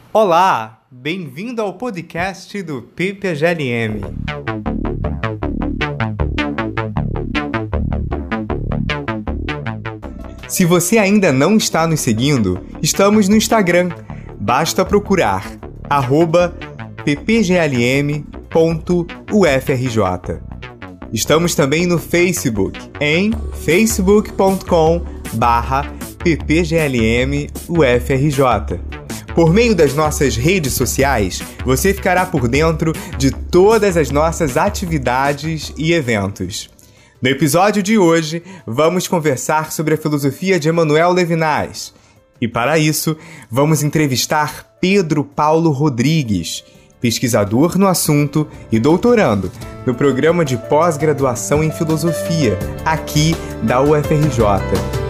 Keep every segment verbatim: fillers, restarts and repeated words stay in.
Olá, bem-vindo ao podcast do P P G L M. Se você ainda não está nos seguindo, estamos no Instagram. Basta procurar arroba ppglm ponto u f r j. Estamos também no Facebook, em facebook ponto com barra ppglm u f r j. Por meio das nossas redes sociais, você ficará por dentro de todas as nossas atividades e eventos. No episódio de hoje, vamos conversar sobre a filosofia de Emmanuel Levinas. E para isso, vamos entrevistar Pedro Paulo Rodrigues, pesquisador no assunto e doutorando no programa de pós-graduação em filosofia, aqui da U F R J.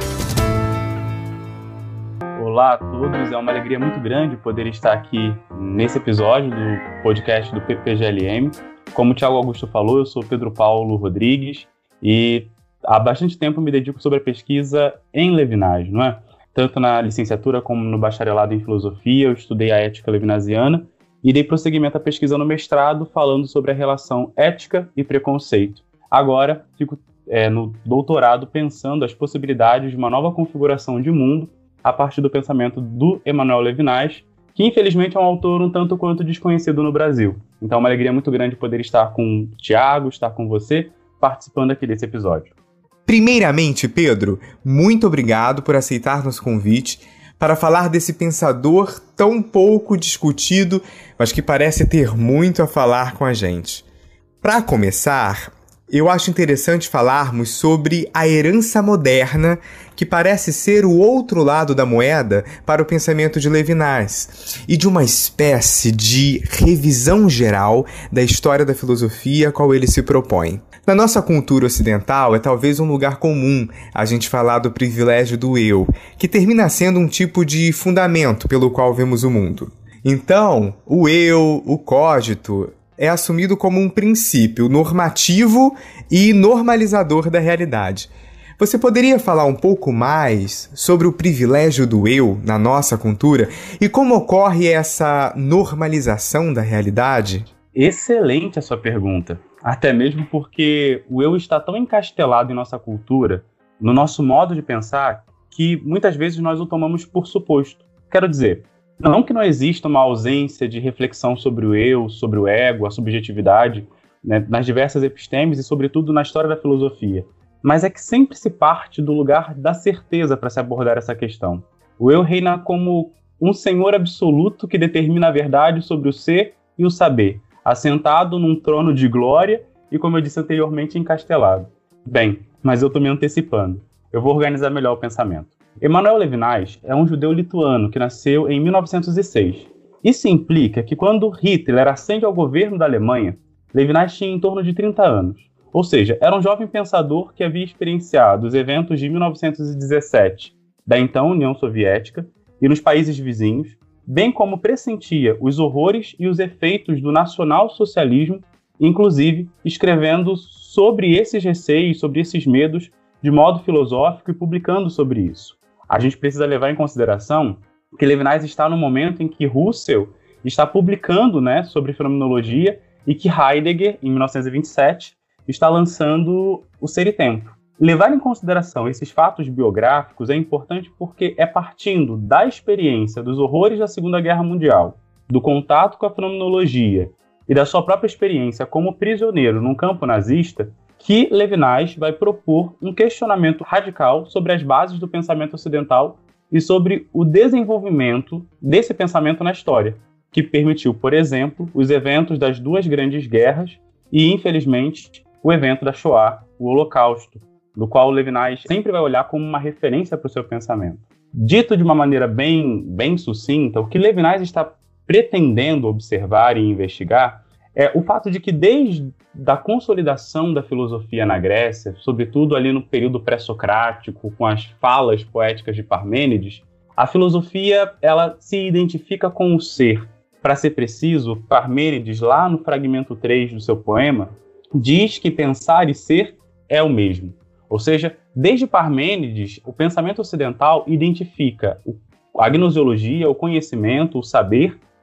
Olá a todos, é uma alegria muito grande poder estar aqui nesse episódio do podcast do P P G L M. Como o Thiago Augusto falou, eu sou Pedro Paulo Rodrigues e há bastante tempo me dedico sobre a pesquisa em Levinas, não é? Tanto na licenciatura como no bacharelado em filosofia, eu estudei a ética levinasiana e dei prosseguimento à pesquisa no mestrado falando sobre a relação ética e preconceito. Agora, fico é, no doutorado pensando as possibilidades de uma nova configuração de mundo a partir do pensamento do Emmanuel Levinas, que infelizmente é um autor um tanto quanto desconhecido no Brasil. Então é uma alegria muito grande poder estar com o Thiago, estar com você, participando aqui desse episódio. Primeiramente, Pedro, muito obrigado por aceitar nosso convite para falar desse pensador tão pouco discutido, mas que parece ter muito a falar com a gente. Para começar, eu acho interessante falarmos sobre a herança moderna, que parece ser o outro lado da moeda para o pensamento de Levinas, e de uma espécie de revisão geral da história da filosofia a qual ele se propõe. Na nossa cultura ocidental, é talvez um lugar comum a gente falar do privilégio do eu, que termina sendo um tipo de fundamento pelo qual vemos o mundo. Então, o eu, o cogito, é assumido como um princípio normativo e normalizador da realidade. Você poderia falar um pouco mais sobre o privilégio do eu na nossa cultura e como ocorre essa normalização da realidade? Excelente a sua pergunta, até mesmo porque o eu está tão encastelado em nossa cultura, no nosso modo de pensar, que muitas vezes nós o tomamos por suposto. Quero dizer, não que não exista uma ausência de reflexão sobre o eu, sobre o ego, a subjetividade, né, nas diversas epistemes e, sobretudo, na história da filosofia. Mas é que sempre se parte do lugar da certeza para se abordar essa questão. O eu reina como um senhor absoluto que determina a verdade sobre o ser e o saber, assentado num trono de glória e, como eu disse anteriormente, encastelado. Bem, mas eu estou me antecipando. Eu vou organizar melhor o pensamento. Emmanuel Levinas é um judeu lituano que nasceu em mil novecentos e seis. Isso implica que quando Hitler ascende ao governo da Alemanha, Levinas tinha em torno de trinta anos. Ou seja, era um jovem pensador que havia experienciado os eventos de mil novecentos e dezessete da então União Soviética e nos países vizinhos, bem como pressentia os horrores e os efeitos do nacionalsocialismo, inclusive escrevendo sobre esses receios, sobre esses medos, de modo filosófico e publicando sobre isso. A gente precisa levar em consideração que Levinas está no momento em que Russell está publicando, né, sobre fenomenologia e que Heidegger, em mil novecentos e vinte e sete, está lançando o Ser e Tempo. Levar em consideração esses fatos biográficos é importante porque é partindo da experiência dos horrores da Segunda Guerra Mundial, do contato com a fenomenologia e da sua própria experiência como prisioneiro num campo nazista, que Levinas vai propor um questionamento radical sobre as bases do pensamento ocidental e sobre o desenvolvimento desse pensamento na história, que permitiu, por exemplo, os eventos das duas grandes guerras e, infelizmente, o evento da Shoah, o Holocausto, do qual Levinas sempre vai olhar como uma referência para o seu pensamento. Dito de uma maneira bem, bem sucinta, o que Levinas está pretendendo observar e investigar é o fato de que desde a consolidação da filosofia na Grécia, sobretudo ali no período pré-socrático, com as falas poéticas de Parmênides, a filosofia ela se identifica com o ser. Para ser preciso, Parmênides, lá no fragmento três do seu poema, diz que pensar e ser é o mesmo. Ou seja, desde Parmênides, o pensamento ocidental identifica a gnosiologia, o conhecimento, o saber,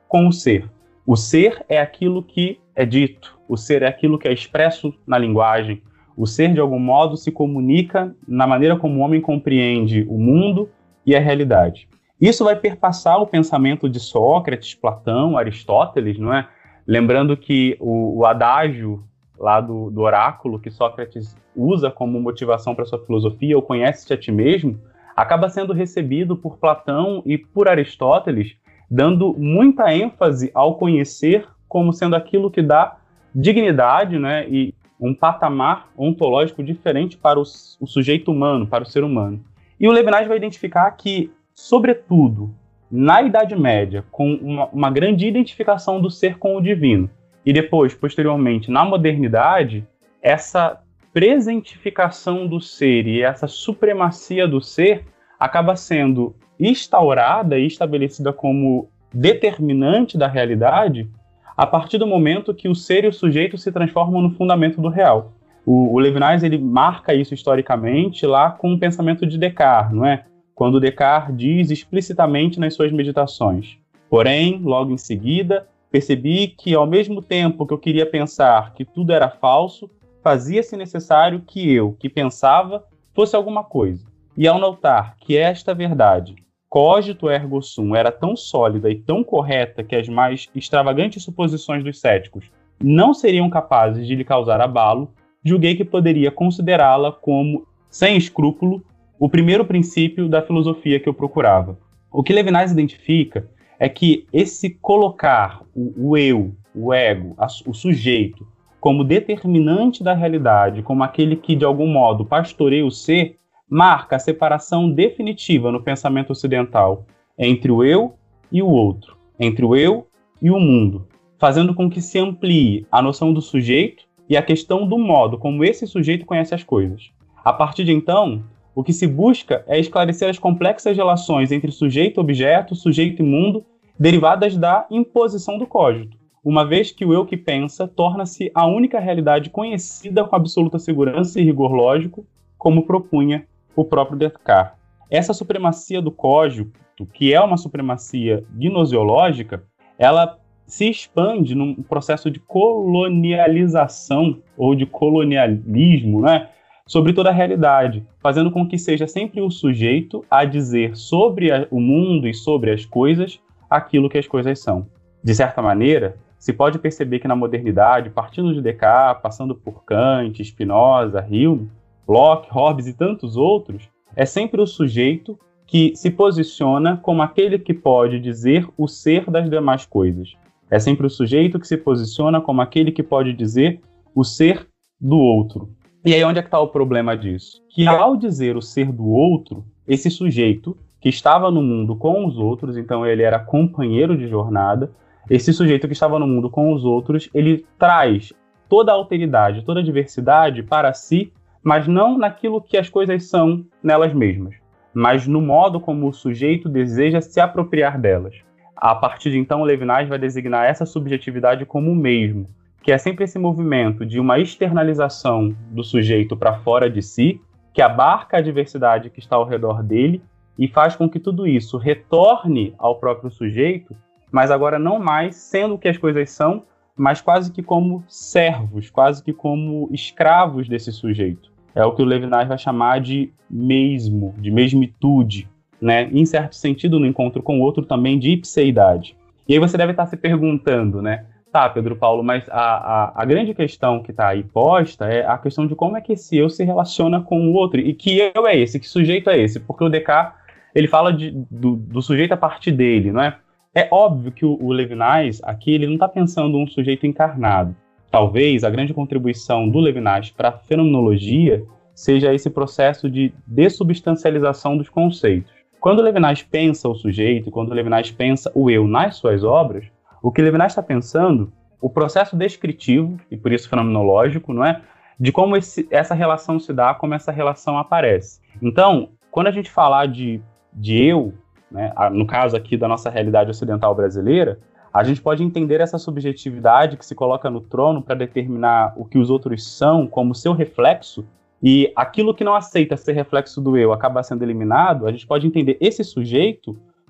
com o ser. O ser é aquilo que é dito, o ser é aquilo que é expresso na linguagem, o ser, de algum modo, se comunica na maneira como o homem compreende o mundo e a realidade. Isso vai perpassar o pensamento de Sócrates, Platão, Aristóteles, não é? Lembrando que o, o adágio lá do, do oráculo que Sócrates usa como motivação para sua filosofia, o conhece-te a ti mesmo, acaba sendo recebido por Platão e por Aristóteles, dando muita ênfase ao conhecer como sendo aquilo que dá dignidade, né, e um patamar ontológico diferente para o, o sujeito humano, para o ser humano. E o Levinas vai identificar que, sobretudo, na Idade Média, com uma, uma grande identificação do ser com o divino, e depois, posteriormente, na modernidade, essa presentificação do ser e essa supremacia do ser acaba sendo instaurada e estabelecida como determinante da realidade a partir do momento que o ser e o sujeito se transformam no fundamento do real. O, o Levinas, ele marca isso historicamente lá com o pensamento de Descartes, não é? Quando Descartes diz explicitamente nas suas meditações: porém, logo em seguida, percebi que ao mesmo tempo que eu queria pensar que tudo era falso, fazia-se necessário que eu, que pensava, fosse alguma coisa. E ao notar que esta verdade, cogito ergo sum, era tão sólida e tão correta que as mais extravagantes suposições dos céticos não seriam capazes de lhe causar abalo, julguei que poderia considerá-la como, sem escrúpulo, o primeiro princípio da filosofia que eu procurava. O que Levinas identifica é que esse colocar o, o eu, o ego, a, o sujeito, como determinante da realidade, como aquele que, de algum modo, pastoreia o ser, marca a separação definitiva no pensamento ocidental entre o eu e o outro, entre o eu e o mundo, fazendo com que se amplie a noção do sujeito e a questão do modo como esse sujeito conhece as coisas. A partir de então, o que se busca é esclarecer as complexas relações entre sujeito-objeto, sujeito e mundo, derivadas da imposição do cogito, uma vez que o eu que pensa torna-se a única realidade conhecida com absoluta segurança e rigor lógico, como propunha o próprio Descartes. Essa supremacia do cogito, que é uma supremacia gnosiológica, ela se expande num processo de colonialização ou de colonialismo, né, sobre toda a realidade, fazendo com que seja sempre o sujeito a dizer sobre a, o mundo e sobre as coisas aquilo que as coisas são. De certa maneira, se pode perceber que na modernidade, partindo de Descartes, passando por Kant, Spinoza, Hume, Locke, Hobbes e tantos outros, é sempre o sujeito que se posiciona como aquele que pode dizer o ser das demais coisas. É sempre o sujeito que se posiciona como aquele que pode dizer o ser do outro. E aí onde é que está o problema disso? Que ao dizer o ser do outro, esse sujeito que estava no mundo com os outros, então ele era companheiro de jornada, esse sujeito que estava no mundo com os outros, ele traz toda a alteridade, toda a diversidade para si, mas não naquilo que as coisas são nelas mesmas, mas no modo como o sujeito deseja se apropriar delas. A partir de então, Levinas vai designar essa subjetividade como o mesmo, que é sempre esse movimento de uma externalização do sujeito para fora de si, que abarca a diversidade que está ao redor dele e faz com que tudo isso retorne ao próprio sujeito, mas agora não mais sendo o que as coisas são, mas quase que como servos, quase que como escravos desse sujeito. É o que o Levinas vai chamar de mesmo, de mesmitude, né? Em certo sentido, no encontro com o outro, também de ipseidade. E aí você deve estar se perguntando, né? Tá, Pedro Paulo, mas a, a, a grande questão que está aí posta é a questão de como é que esse eu se relaciona com o outro. E que eu é esse, que sujeito é esse? Porque o Descartes, ele fala de, do, do sujeito a partir dele, não é? É óbvio que o, o Levinas, aqui, ele não está pensando um sujeito encarnado. Talvez a grande contribuição do Levinas para a fenomenologia seja esse processo de dessubstancialização dos conceitos. Quando o Levinas pensa o sujeito, quando o Levinas pensa o eu nas suas obras, o que Levinas está pensando, o processo descritivo, e por isso fenomenológico, não é? De como esse, essa relação se dá, como essa relação aparece. Então, quando a gente falar de, de eu, né, no caso aqui da nossa realidade ocidental brasileira, a gente pode entender essa subjetividade que se coloca no trono para determinar o que os outros são como seu reflexo, e aquilo que não aceita ser reflexo do eu acaba sendo eliminado. A gente pode entender esse sujeito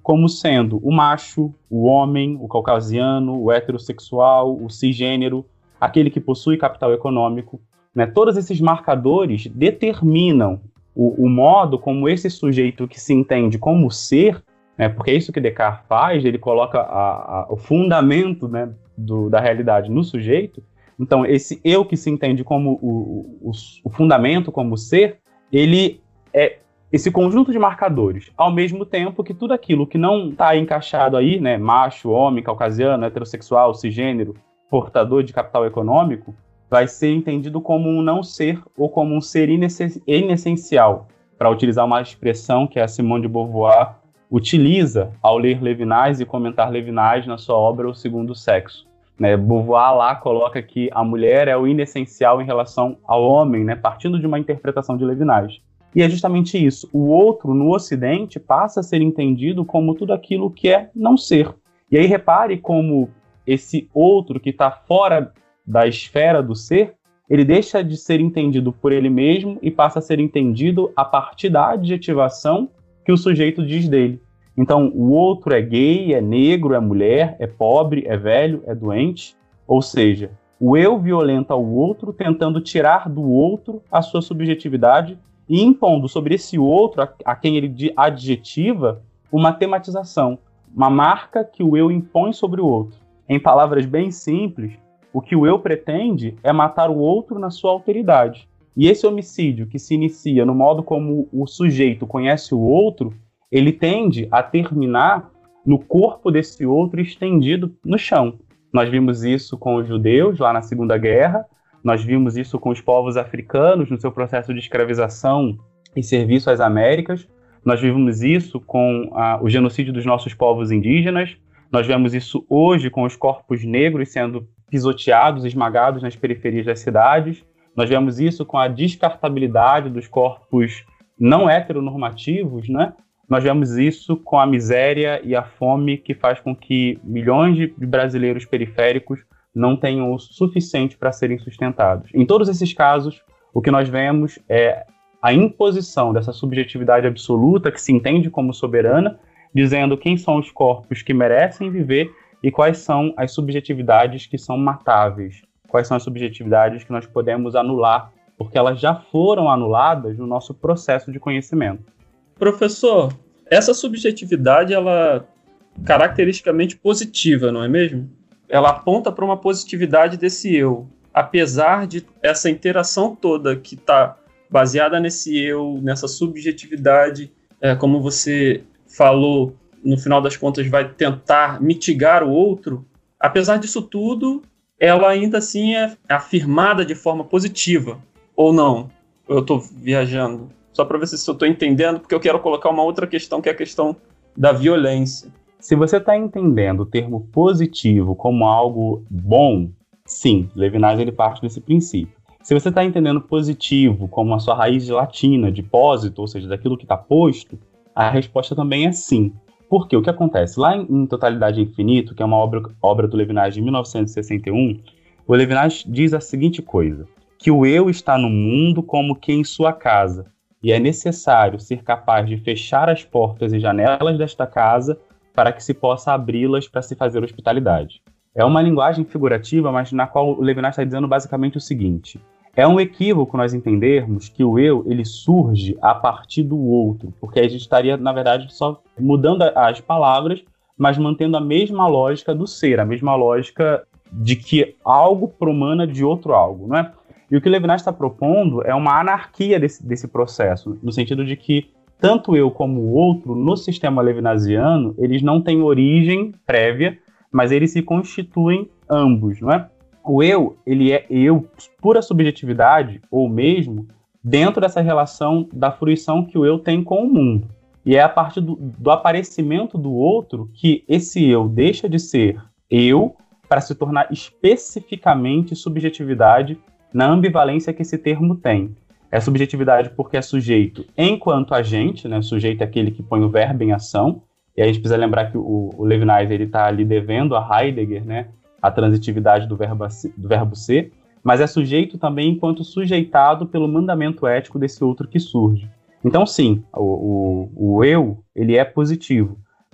como sendo o macho, o homem, o caucasiano, o heterossexual, o cisgênero, aquele que possui capital econômico, né? Todos esses marcadores determinam o, o modo como esse sujeito que se entende como ser, né? Porque é isso que Descartes faz, ele coloca a, a, o fundamento, né, do, da realidade no sujeito. Então, esse eu que se entende como o, o, o fundamento, como ser, ele é esse conjunto de marcadores, ao mesmo tempo que tudo aquilo que não está encaixado aí, né, macho, homem, caucasiano, heterossexual, cisgênero, portador de capital econômico, vai ser entendido como um não ser ou como um ser inessencial, para utilizar uma expressão que a Simone de Beauvoir utiliza ao ler Levinas e comentar Levinas na sua obra O Segundo Sexo. Né, Beauvoir lá coloca que a mulher é o inessencial em relação ao homem, né, partindo de uma interpretação de Levinas. E é justamente isso. O outro, no Ocidente, passa a ser entendido como tudo aquilo que é não ser. E aí repare como esse outro que está fora da esfera do ser, ele deixa de ser entendido por ele mesmo e passa a ser entendido a partir da adjetivação que o sujeito diz dele. Então, o outro é gay, é negro, é mulher, é pobre, é velho, é doente. Ou seja, o eu violenta o outro, tentando tirar do outro a sua subjetividade e impondo sobre esse outro, a, a quem ele adjetiva, uma tematização, uma marca que o eu impõe sobre o outro. Em palavras bem simples, o que o eu pretende é matar o outro na sua alteridade. E esse homicídio que se inicia no modo como o sujeito conhece o outro, ele tende a terminar no corpo desse outro estendido no chão. Nós vimos isso com os judeus lá na Segunda Guerra, nós vimos isso com os povos africanos no seu processo de escravização e serviço às Américas, nós vimos isso com ah, o genocídio dos nossos povos indígenas, nós vemos isso hoje com os corpos negros sendo pisoteados, esmagados nas periferias das cidades, nós vemos isso com a descartabilidade dos corpos não heteronormativos, né? Nós vemos isso com a miséria e a fome que faz com que milhões de brasileiros periféricos não tenham o suficiente para serem sustentados. Em todos esses casos, o que nós vemos é a imposição dessa subjetividade absoluta que se entende como soberana, dizendo quem são os corpos que merecem viver e quais são as subjetividades que são matáveis, quais são as subjetividades que nós podemos anular, porque elas já foram anuladas no nosso processo de conhecimento. Professor, essa subjetividade, ela é caracteristicamente positiva, não é mesmo? Ela aponta para uma positividade desse eu, apesar de essa interação toda que está baseada nesse eu, nessa subjetividade, é, como você falou, no final das contas vai tentar mitigar o outro, apesar disso tudo, ela ainda assim é afirmada de forma positiva, ou não? Eu estou viajando? Só para ver se eu estou entendendo, porque eu quero colocar uma outra questão, que é a questão da violência. Se você está entendendo o termo positivo como algo bom, sim, Levinas ele parte desse princípio. Se você está entendendo positivo como a sua raiz latina, de pósito, ou seja, daquilo que está posto, a resposta também é sim. Porque o que acontece? Lá em, em Totalidade e Infinito, que é uma obra, obra do Levinas de mil novecentos e sessenta e um, o Levinas diz a seguinte coisa, que o eu está no mundo como que em sua casa, e é necessário ser capaz de fechar as portas e janelas desta casa para que se possa abri-las para se fazer hospitalidade. É uma linguagem figurativa, mas na qual o Levinas está dizendo basicamente o seguinte: é um equívoco nós entendermos que o eu ele surge a partir do outro, porque a gente estaria, na verdade, só mudando as palavras, mas mantendo a mesma lógica do ser, a mesma lógica de que algo promana de outro algo, não é? E o que o Levinas está propondo é uma anarquia desse, desse processo, no sentido de que tanto eu como o outro, no sistema levinasiano, eles não têm origem prévia, mas eles se constituem ambos, não é? O eu, ele é eu, pura subjetividade, ou mesmo, dentro dessa relação da fruição que o eu tem com o mundo. E é a partir do, do aparecimento do outro que esse eu deixa de ser eu para se tornar especificamente subjetividade na ambivalência que esse termo tem. É subjetividade porque é sujeito enquanto agente, né? Sujeito é aquele que põe o verbo em ação, e a gente precisa lembrar que o, o Levinas está ali devendo a Heidegger, né? A transitividade do verbo, do verbo ser, mas é sujeito também enquanto sujeitado pelo mandamento ético desse outro que surge. Então sim, o, o, o eu ele é positivo,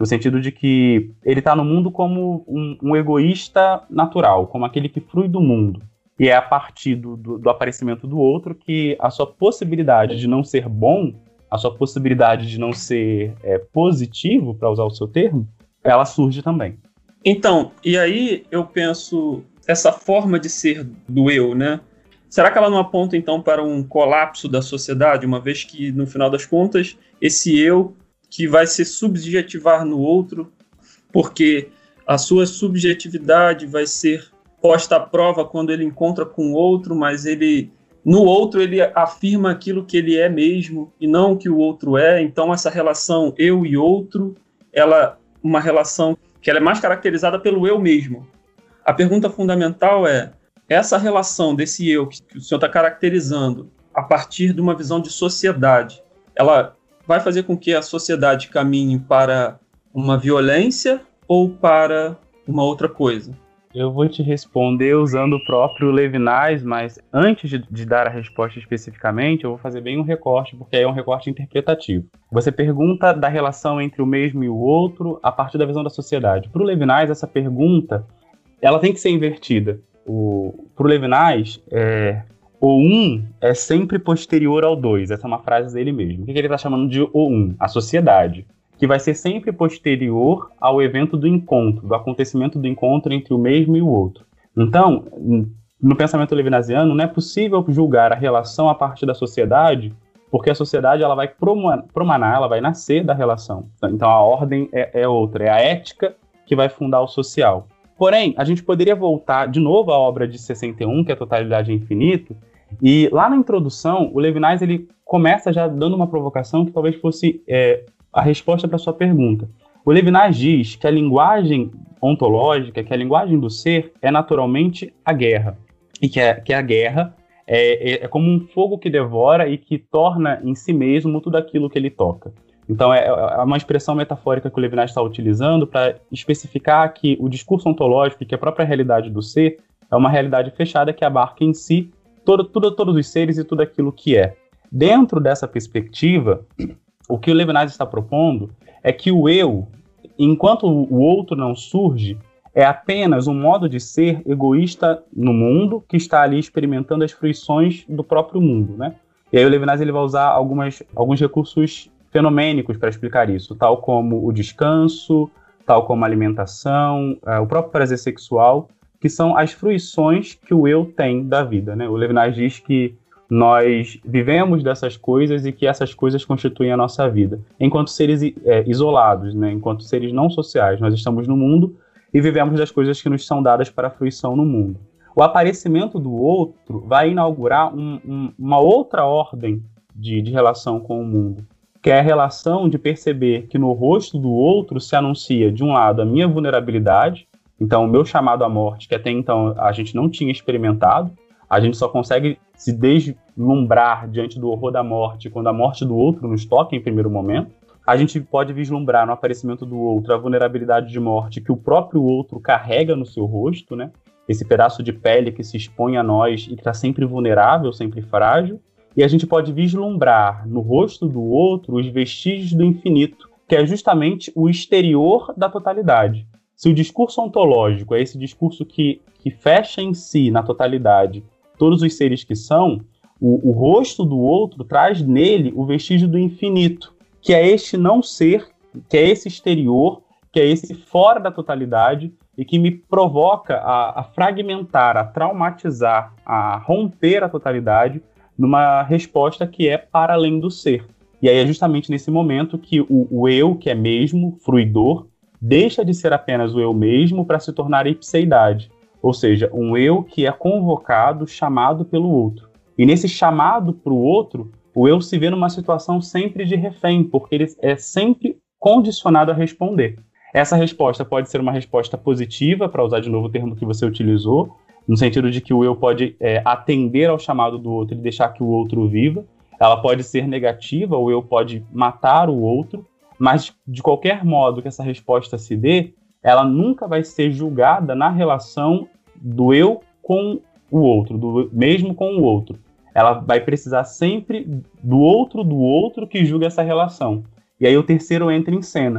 no sentido de que ele está no mundo como um, um egoísta natural, como aquele que frui do mundo. E é a partir do, do, do aparecimento do outro que a sua possibilidade de não ser bom, a sua possibilidade de não ser é, positivo, para usar o seu termo, ela surge também. Então, e aí eu penso, essa forma de ser do eu, né? Será que ela não aponta, então, para um colapso da sociedade, uma vez que, no final das contas, esse eu que vai se subjetivar no outro, porque a sua subjetividade vai ser posta à prova quando ele encontra com o outro, mas ele, no outro ele afirma aquilo que ele é mesmo e não o que o outro é. Então, essa relação eu e outro, ela uma relação que ela é mais caracterizada pelo eu mesmo. A pergunta fundamental é, essa relação desse eu que o senhor está caracterizando a partir de uma visão de sociedade, ela vai fazer com que a sociedade caminhe para uma violência ou para uma outra coisa? Eu vou te responder usando o próprio Levinas, mas antes de, de dar a resposta especificamente, eu vou fazer bem um recorte, porque aí é um recorte interpretativo. Você pergunta da relação entre o mesmo e o outro a partir da visão da sociedade. Para o Levinas, essa pergunta ela tem que ser invertida. Para o Levinas, é, o um é sempre posterior ao dois. Essa é uma frase dele mesmo. O que, que ele está chamando de o um? A sociedade. Que vai ser sempre posterior ao evento do encontro, do acontecimento do encontro entre o mesmo e o outro. Então, no pensamento levinasiano, não é possível julgar a relação a partir da sociedade, porque a sociedade ela vai promanar, ela vai nascer da relação. Então, a ordem é, é outra, é a ética que vai fundar o social. Porém, a gente poderia voltar de novo à obra de sessenta e um, que é a Totalidade e Infinito, e lá na introdução, o Levinas ele começa já dando uma provocação que talvez fosse... É, a resposta para a sua pergunta. O Levinas diz que a linguagem ontológica, que a linguagem do ser é naturalmente a guerra. E que, é, que a guerra é, é, é como um fogo que devora e que torna em si mesmo tudo aquilo que ele toca. Então é, é uma expressão metafórica que o Levinas está utilizando para especificar que o discurso ontológico e que a própria realidade do ser é uma realidade fechada que abarca em si todo, tudo, todos os seres e tudo aquilo que é. Dentro dessa perspectiva, o que o Levinas está propondo é que o eu, enquanto o outro não surge, é apenas um modo de ser egoísta no mundo que está ali experimentando as fruições do próprio mundo, né? E aí o Levinas ele vai usar algumas, alguns recursos fenomênicos para explicar isso, tal como o descanso, tal como a alimentação, uh, o próprio prazer sexual, que são as fruições que o eu tem da vida, né? O Levinas diz que nós vivemos dessas coisas e que essas coisas constituem a nossa vida. Enquanto seres é, isolados, né? Enquanto seres não sociais, nós estamos no mundo e vivemos das coisas que nos são dadas para a fruição no mundo. O aparecimento do outro vai inaugurar um, um, uma outra ordem de, de relação com o mundo, que é a relação de perceber que no rosto do outro se anuncia, de um lado, a minha vulnerabilidade, então o meu chamado à morte, que até então a gente não tinha experimentado, a gente só consegue se deslumbrar diante do horror da morte quando a morte do outro nos toca em primeiro momento. A gente pode vislumbrar no aparecimento do outro a vulnerabilidade de morte que o próprio outro carrega no seu rosto, né? Esse pedaço de pele que se expõe a nós e que está sempre vulnerável, sempre frágil. E a gente pode vislumbrar no rosto do outro os vestígios do infinito, que é justamente o exterior da totalidade. Se o discurso ontológico é esse discurso que, que fecha em si, na totalidade, todos os seres que são, o, o rosto do outro traz nele o vestígio do infinito, que é este não ser, que é esse exterior, que é esse fora da totalidade e que me provoca a, a fragmentar, a traumatizar, a romper a totalidade numa resposta que é para além do ser. E aí é justamente nesse momento que o, o eu, que é mesmo, fruidor, deixa de ser apenas o eu mesmo para se tornar ipseidade. Ou seja, um eu que é convocado, chamado pelo outro. E nesse chamado para o outro, o eu se vê numa situação sempre de refém, porque ele é sempre condicionado a responder. Essa resposta pode ser uma resposta positiva, para usar de novo o termo que você utilizou, no sentido de que o eu pode é, atender ao chamado do outro e deixar que o outro viva. Ela pode ser negativa, o eu pode matar o outro, mas de qualquer modo que essa resposta se dê, ela nunca vai ser julgada na relação do eu com o outro, do mesmo com o outro. Ela vai precisar sempre do outro do outro que julga essa relação. E aí o terceiro entra em cena.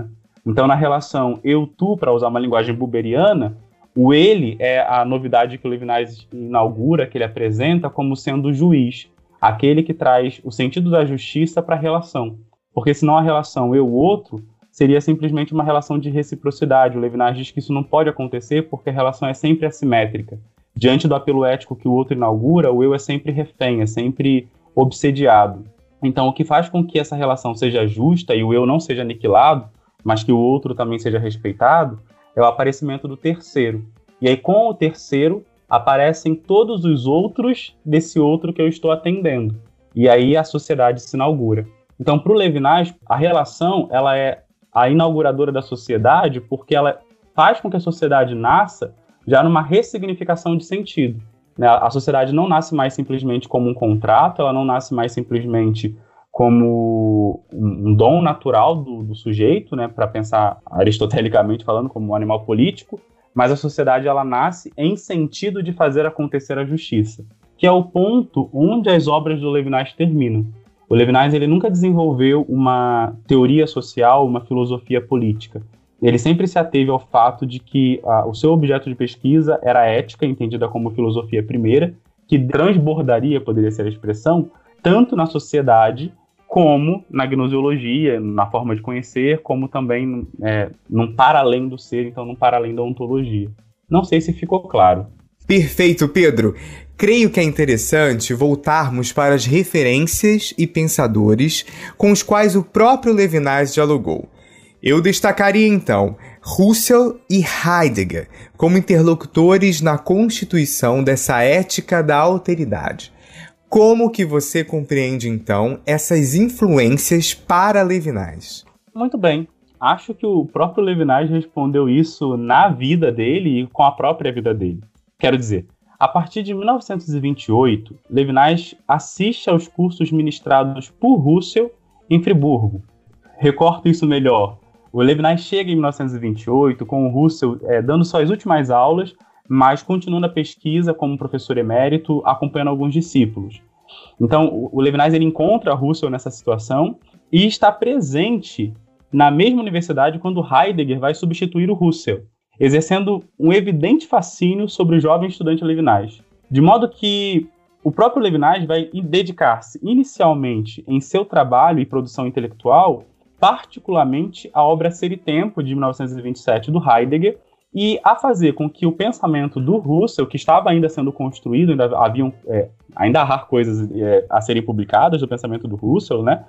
Então, na relação eu-tu, para usar uma linguagem buberiana, o ele é a novidade que o Levinas inaugura, que ele apresenta como sendo o juiz, aquele que traz o sentido da justiça para a relação. Porque senão a relação eu-outro seria simplesmente uma relação de reciprocidade. O Levinas diz que isso não pode acontecer porque a relação é sempre assimétrica. Diante do apelo ético que o outro inaugura, o eu é sempre refém, é sempre obsediado. Então, o que faz com que essa relação seja justa e o eu não seja aniquilado, mas que o outro também seja respeitado, é o aparecimento do terceiro. E aí, com o terceiro, aparecem todos os outros desse outro que eu estou atendendo. E aí a sociedade se inaugura. Então, para o Levinas, a relação ela é a inauguradora da sociedade porque ela faz com que a sociedade nasça já numa ressignificação de sentido. Né? A sociedade não nasce mais simplesmente como um contrato, ela não nasce mais simplesmente como um dom natural do, do sujeito, né? Para pensar aristotelicamente falando, como um animal político, mas a sociedade ela nasce em sentido de fazer acontecer a justiça, que é o ponto onde as obras do Levinas terminam. O Levinas ele nunca desenvolveu uma teoria social, uma filosofia política. Ele sempre se ateve ao fato de que ah, o seu objeto de pesquisa era a ética, entendida como filosofia primeira, que transbordaria, poderia ser a expressão, tanto na sociedade como na gnoseologia, na forma de conhecer, como também é, num para-além do ser, então num para-além da ontologia. Não sei se ficou claro. Perfeito, Pedro. Creio que é interessante voltarmos para as referências e pensadores com os quais o próprio Levinas dialogou. Eu destacaria, então, Husserl e Heidegger como interlocutores na constituição dessa ética da alteridade. Como que você compreende, então, essas influências para Levinas? Muito bem. Acho que o próprio Levinas respondeu isso na vida dele e com a própria vida dele. Quero dizer, a partir de mil novecentos e vinte e oito, Levinas assiste aos cursos ministrados por Husserl em Friburgo. Recorto isso melhor. O Levinas chega em mil novecentos e vinte e oito com o Husserl é, dando suas últimas aulas, mas continuando a pesquisa como professor emérito, acompanhando alguns discípulos. Então, o Levinas ele encontra Husserl nessa situação e está presente na mesma universidade quando Heidegger vai substituir o Husserl, exercendo um evidente fascínio sobre o jovem estudante Levinas. De modo que o próprio Levinas vai dedicar-se inicialmente em seu trabalho e produção intelectual, particularmente à obra Ser e Tempo, de mil novecentos e vinte e sete, do Heidegger, e a fazer com que o pensamento do Husserl, que estava ainda sendo construído, ainda haviam é, ainda há coisas é, a serem publicadas do pensamento do Husserl, né,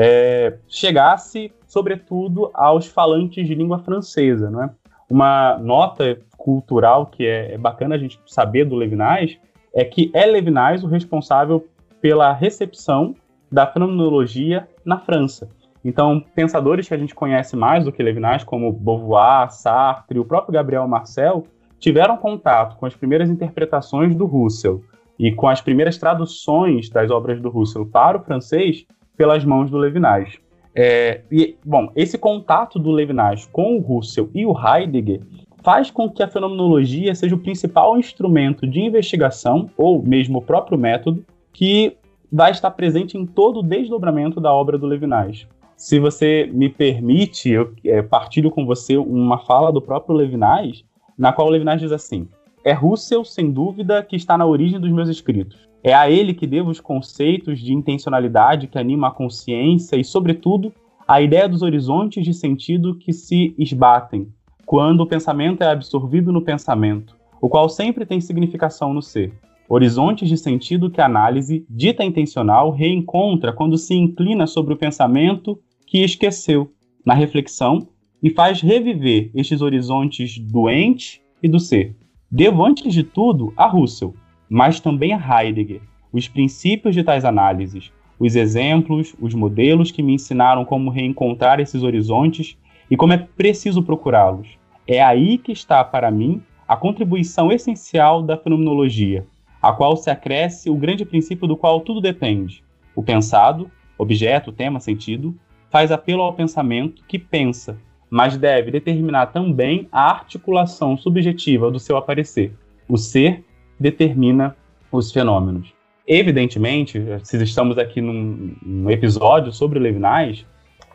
é, chegasse, sobretudo, aos falantes de língua francesa. Né? Uma nota cultural que é, é bacana a gente saber do Levinas é que é Levinas o responsável pela recepção da fenomenologia na França. Então, pensadores que a gente conhece mais do que Levinas, como Beauvoir, Sartre e o próprio Gabriel Marcel, tiveram contato com as primeiras interpretações do Husserl e com as primeiras traduções das obras do Husserl para o francês pelas mãos do Levinas. É, e, bom, esse contato do Levinas com o Husserl e o Heidegger faz com que a fenomenologia seja o principal instrumento de investigação, ou mesmo o próprio método, que vai estar presente em todo o desdobramento da obra do Levinas. Se você me permite, eu é, partilho com você uma fala do próprio Levinas, na qual o Levinas diz assim: é Husserl, sem dúvida, que está na origem dos meus escritos. É a ele que devo os conceitos de intencionalidade que animam a consciência e, sobretudo, a ideia dos horizontes de sentido que se esbatem, quando o pensamento é absorvido no pensamento, o qual sempre tem significação no ser. Horizontes de sentido que a análise, dita intencional, reencontra quando se inclina sobre o pensamento que esqueceu, na reflexão, e faz reviver estes horizontes do ente e do ser. Devo, antes de tudo, a Husserl, mas também a Heidegger, os princípios de tais análises, os exemplos, os modelos que me ensinaram como reencontrar esses horizontes e como é preciso procurá-los. É aí que está, para mim, a contribuição essencial da fenomenologia, a qual se acresce o grande princípio do qual tudo depende. O pensado, objeto, tema, sentido, faz apelo ao pensamento que pensa, mas deve determinar também a articulação subjetiva do seu aparecer. O ser determina os fenômenos. Evidentemente, se estamos aqui num, num episódio sobre Levinas,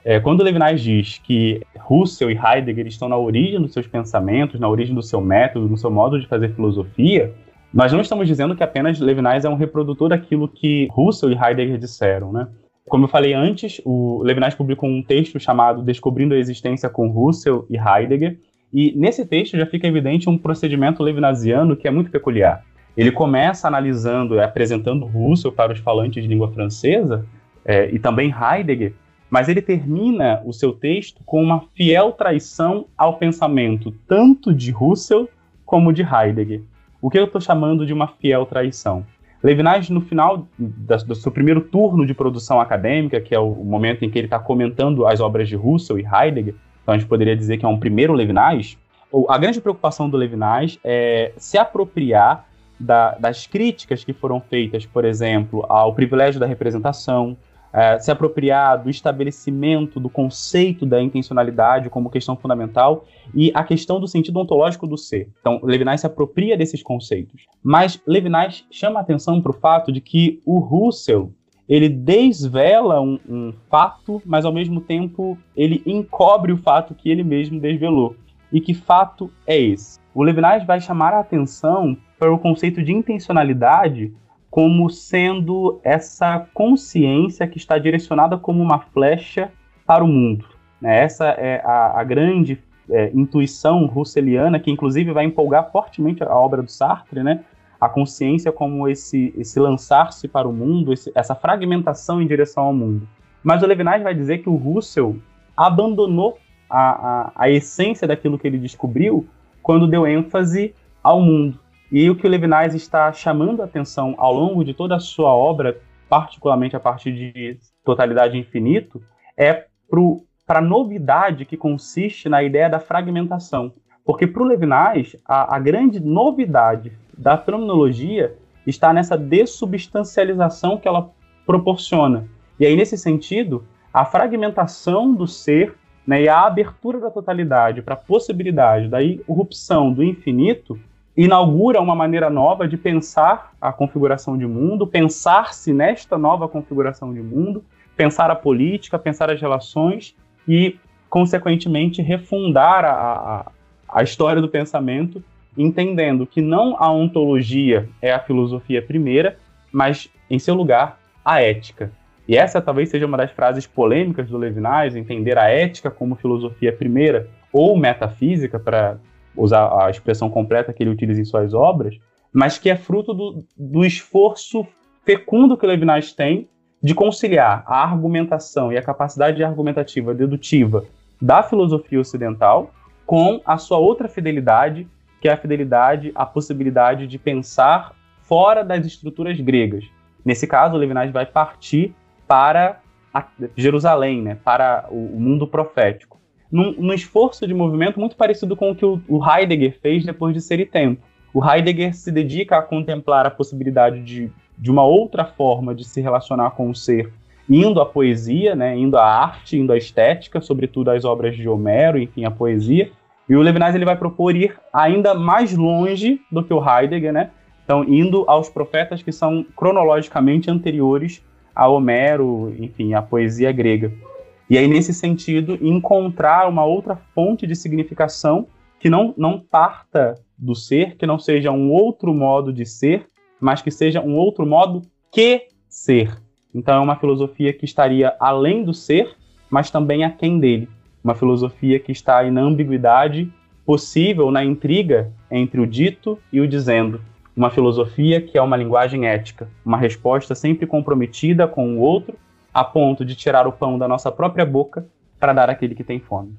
É, quando Levinas diz que Husserl e Heidegger estão na origem dos seus pensamentos, na origem do seu método, no seu modo de fazer filosofia, nós não estamos dizendo que apenas Levinas é um reprodutor daquilo que Husserl e Heidegger disseram, né? Como eu falei antes, o Levinas publicou um texto chamado Descobrindo a Existência com Husserl e Heidegger, e nesse texto já fica evidente um procedimento levinasiano que é muito peculiar. Ele começa analisando e apresentando Husserl para os falantes de língua francesa, é, e também Heidegger, mas ele termina o seu texto com uma fiel traição ao pensamento tanto de Husserl como de Heidegger. O que eu estou chamando de uma fiel traição? Levinas, no final da, do seu primeiro turno de produção acadêmica, que é o momento em que ele está comentando as obras de Husserl e Heidegger, então a gente poderia dizer que é um primeiro Levinas, a grande preocupação do Levinas é se apropriar da, das críticas que foram feitas, por exemplo, ao privilégio da representação, é, se apropriar do estabelecimento do conceito da intencionalidade como questão fundamental e a questão do sentido ontológico do ser. Então, Levinas se apropria desses conceitos. Mas Levinas chama a atenção para o fato de que o Husserl, ele desvela um, um fato, mas ao mesmo tempo ele encobre o fato que ele mesmo desvelou. E que fato é esse? O Levinas vai chamar a atenção para o conceito de intencionalidade como sendo essa consciência que está direcionada como uma flecha para o mundo. Essa é a, a grande é, intuição husserliana, que inclusive vai empolgar fortemente a obra do Sartre, né? A consciência como esse, esse lançar-se para o mundo, esse, essa fragmentação em direção ao mundo. Mas o Levinas vai dizer que o Husserl abandonou a, a, a essência daquilo que ele descobriu quando deu ênfase ao mundo. E o que o Levinas está chamando a atenção ao longo de toda a sua obra, particularmente a partir de Totalidade e Infinito, é para a novidade que consiste na ideia da fragmentação. Porque para o Levinas, a, a grande novidade da fenomenologia está nessa dessubstancialização que ela proporciona. E aí, nesse sentido, a fragmentação do ser, né, e a abertura da totalidade para a possibilidade da irrupção do infinito inaugura uma maneira nova de pensar a configuração de mundo, pensar-se nesta nova configuração de mundo, pensar a política, pensar as relações e, consequentemente, refundar a, a, a história do pensamento, entendendo que não a ontologia é a filosofia primeira, mas, em seu lugar, a ética. E essa talvez seja uma das frases polêmicas do Levinas, entender a ética como filosofia primeira ou metafísica, para usar a expressão completa que ele utiliza em suas obras, mas que é fruto do, do esforço fecundo que o Levinas tem de conciliar a argumentação e a capacidade argumentativa dedutiva da filosofia ocidental com a sua outra fidelidade, que é a fidelidade à possibilidade de pensar fora das estruturas gregas. Nesse caso, o Levinas vai partir para a Jerusalém, né, para o mundo profético, num, num esforço de movimento muito parecido com o que o, o Heidegger fez depois de Ser e Tempo. O Heidegger se dedica a contemplar a possibilidade de, de uma outra forma de se relacionar com o ser, indo à poesia, né, indo à arte, indo à estética, sobretudo às obras de Homero, enfim, à poesia. E o Levinas ele vai propor ir ainda mais longe do que o Heidegger, né? Então, indo aos profetas que são cronologicamente anteriores a Homero, enfim, à poesia grega. E aí, nesse sentido, encontrar uma outra fonte de significação que não, não parta do ser, que não seja um outro modo de ser, mas que seja um outro modo que ser. Então, é uma filosofia que estaria além do ser, mas também aquém dele. Uma filosofia que está aí na ambiguidade possível, na intriga entre o dito e o dizendo. Uma filosofia que é uma linguagem ética, uma resposta sempre comprometida com o outro, a ponto de tirar o pão da nossa própria boca para dar àquele que tem fome.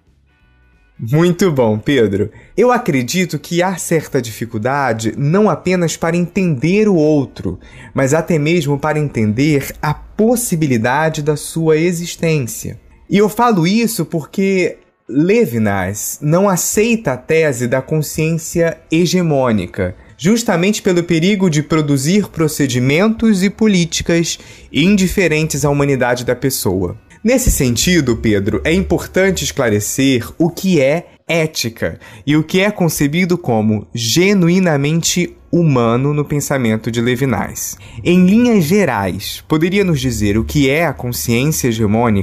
Muito bom, Pedro. Eu acredito que há certa dificuldade não apenas para entender o outro, mas até mesmo para entender a possibilidade da sua existência. E eu falo isso porque Levinas não aceita a tese da consciência hegemônica, justamente pelo perigo de produzir procedimentos e políticas indiferentes à humanidade da pessoa. Nesse sentido, Pedro, é importante esclarecer o que é ética e o que é concebido como genuinamente humano no pensamento de Levinas. Em linhas gerais, poderia nos dizer o que é a consciência hegemônica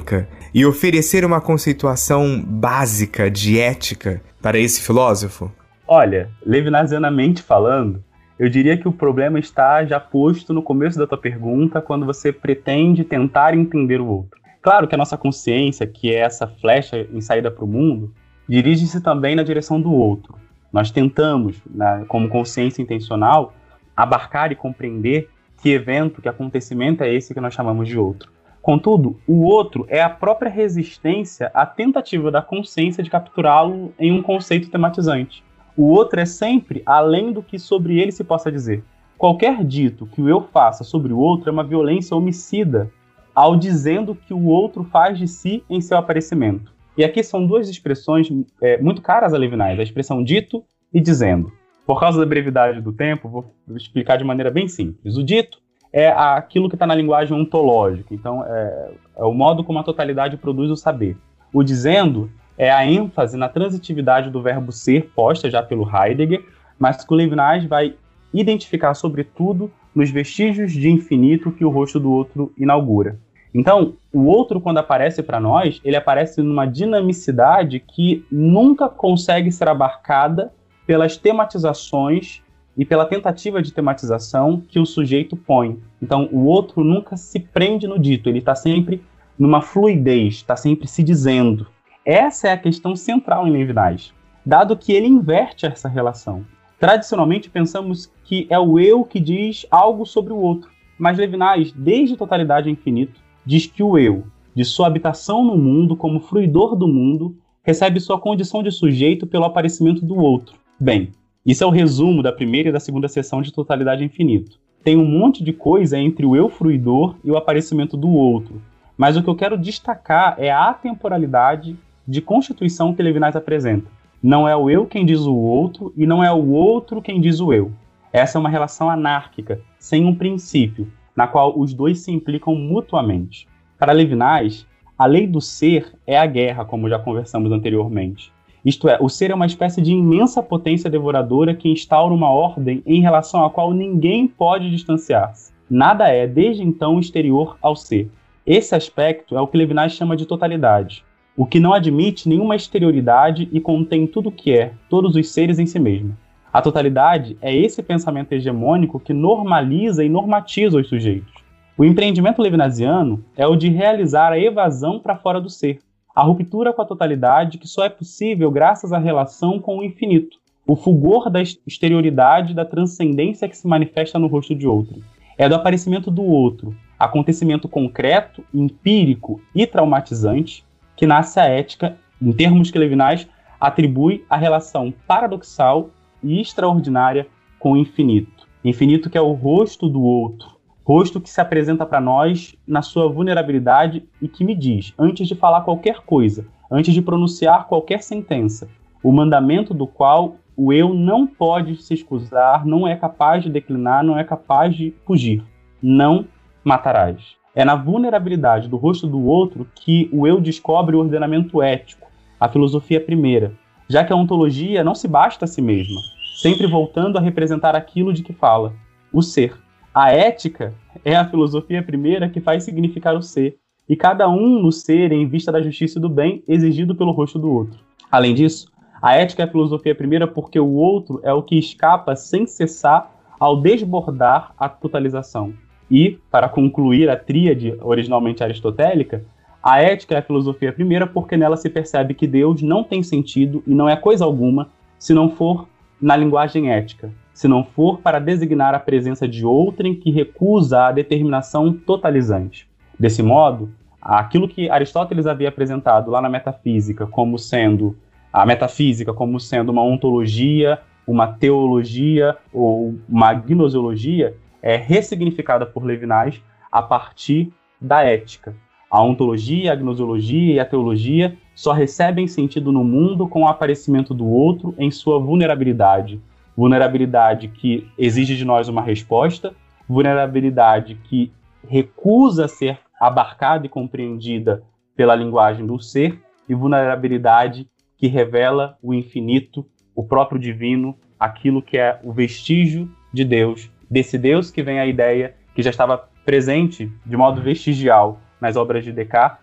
e oferecer uma conceituação básica de ética para esse filósofo? Olha, levinasianamente falando, eu diria que o problema está já posto no começo da tua pergunta, quando você pretende tentar entender o outro. Claro que a nossa consciência, que é essa flecha em saída para o mundo, dirige-se também na direção do outro. Nós tentamos, né, como consciência intencional, abarcar e compreender que evento, que acontecimento é esse que nós chamamos de outro. Contudo, o outro é a própria resistência à tentativa da consciência de capturá-lo em um conceito tematizante. O outro é sempre além do que sobre ele se possa dizer. Qualquer dito que o eu faça sobre o outro é uma violência homicida ao dizendo que o outro faz de si em seu aparecimento. E aqui são duas expressões é, muito caras a Levinas, a expressão dito e dizendo. Por causa da brevidade do tempo, vou explicar de maneira bem simples. O dito é aquilo que está na linguagem ontológica, então é, é o modo como a totalidade produz o saber. O dizendo é a ênfase na transitividade do verbo ser, posta já pelo Heidegger, mas que o Levinas vai identificar, sobretudo, nos vestígios de infinito que o rosto do outro inaugura. Então, o outro, quando aparece para nós, ele aparece numa dinamicidade que nunca consegue ser abarcada pelas tematizações e pela tentativa de tematização que o sujeito põe. Então, o outro nunca se prende no dito, ele está sempre numa fluidez, está sempre se dizendo. Essa é a questão central em Levinas, dado que ele inverte essa relação. Tradicionalmente, pensamos que é o eu que diz algo sobre o outro, mas Levinas, desde Totalidade ao Infinito, diz que o eu, de sua habitação no mundo como fruidor do mundo, recebe sua condição de sujeito pelo aparecimento do outro. Bem, isso é o resumo da primeira e da segunda seção de Totalidade ao Infinito. Tem um monte de coisa entre o eu fruidor e o aparecimento do outro, mas o que eu quero destacar é a atemporalidade de constituição que Levinas apresenta. Não é o eu quem diz o outro e não é o outro quem diz o eu. Essa é uma relação anárquica, sem um princípio, na qual os dois se implicam mutuamente. Para Levinas, a lei do ser é a guerra, como já conversamos anteriormente. Isto é, o ser é uma espécie de imensa potência devoradora que instaura uma ordem em relação à qual ninguém pode distanciar-se. Nada é, desde então, exterior ao ser. Esse aspecto é o que Levinas chama de totalidade, o que não admite nenhuma exterioridade e contém tudo o que é, todos os seres em si mesmo. A totalidade é esse pensamento hegemônico que normaliza e normatiza os sujeitos. O empreendimento levinasiano é o de realizar a evasão para fora do ser, a ruptura com a totalidade que só é possível graças à relação com o infinito, o fulgor da exterioridade da transcendência que se manifesta no rosto de outro. É do aparecimento do outro, acontecimento concreto, empírico e traumatizante, que nasce a ética, em termos que Levinas atribui a relação paradoxal e extraordinária com o infinito. Infinito que é o rosto do outro, rosto que se apresenta para nós na sua vulnerabilidade e que me diz, antes de falar qualquer coisa, antes de pronunciar qualquer sentença, o mandamento do qual o eu não pode se excusar, não é capaz de declinar, não é capaz de fugir. Não matarás. É na vulnerabilidade do rosto do outro que o eu descobre o ordenamento ético, a filosofia primeira, já que a ontologia não se basta a si mesma, sempre voltando a representar aquilo de que fala, o ser. A ética é a filosofia primeira que faz significar o ser, e cada um no ser em vista da justiça e do bem exigido pelo rosto do outro. Além disso, a ética é a filosofia primeira porque o outro é o que escapa sem cessar ao desbordar a totalização. E, para concluir a tríade originalmente aristotélica, a ética é a filosofia primeira porque nela se percebe que Deus não tem sentido e não é coisa alguma se não for na linguagem ética, se não for para designar a presença de outrem que recusa a determinação totalizante. Desse modo, aquilo que Aristóteles havia apresentado lá na metafísica como sendo a metafísica como sendo uma ontologia, uma teologia ou uma gnoseologia é ressignificada por Levinas a partir da ética. A ontologia, a gnoseologia e a teologia só recebem sentido no mundo com o aparecimento do outro em sua vulnerabilidade. Vulnerabilidade que exige de nós uma resposta, vulnerabilidade que recusa ser abarcada e compreendida pela linguagem do ser, e vulnerabilidade que revela o infinito, o próprio divino, aquilo que é o vestígio de Deus, desse Deus que vem a ideia que já estava presente de modo vestigial nas obras de Descartes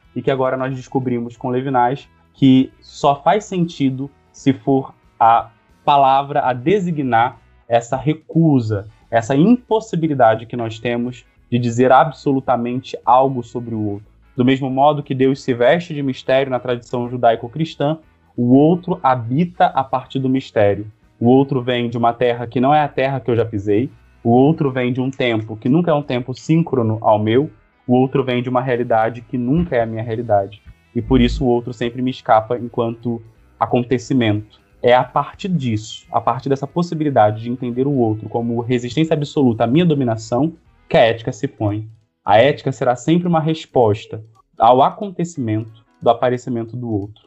e que agora nós descobrimos com Levinas que só faz sentido se for a palavra a designar essa recusa, essa impossibilidade que nós temos de dizer absolutamente algo sobre o outro. Do mesmo modo que Deus se veste de mistério na tradição judaico-cristã, o outro habita a partir do mistério. O outro vem de uma terra que não é a terra que eu já pisei, o outro vem de um tempo que nunca é um tempo síncrono ao meu, o outro vem de uma realidade que nunca é a minha realidade. E por isso o outro sempre me escapa enquanto acontecimento. É a partir disso, a partir dessa possibilidade de entender o outro como resistência absoluta à minha dominação, que a ética se põe. A ética será sempre uma resposta ao acontecimento do aparecimento do outro.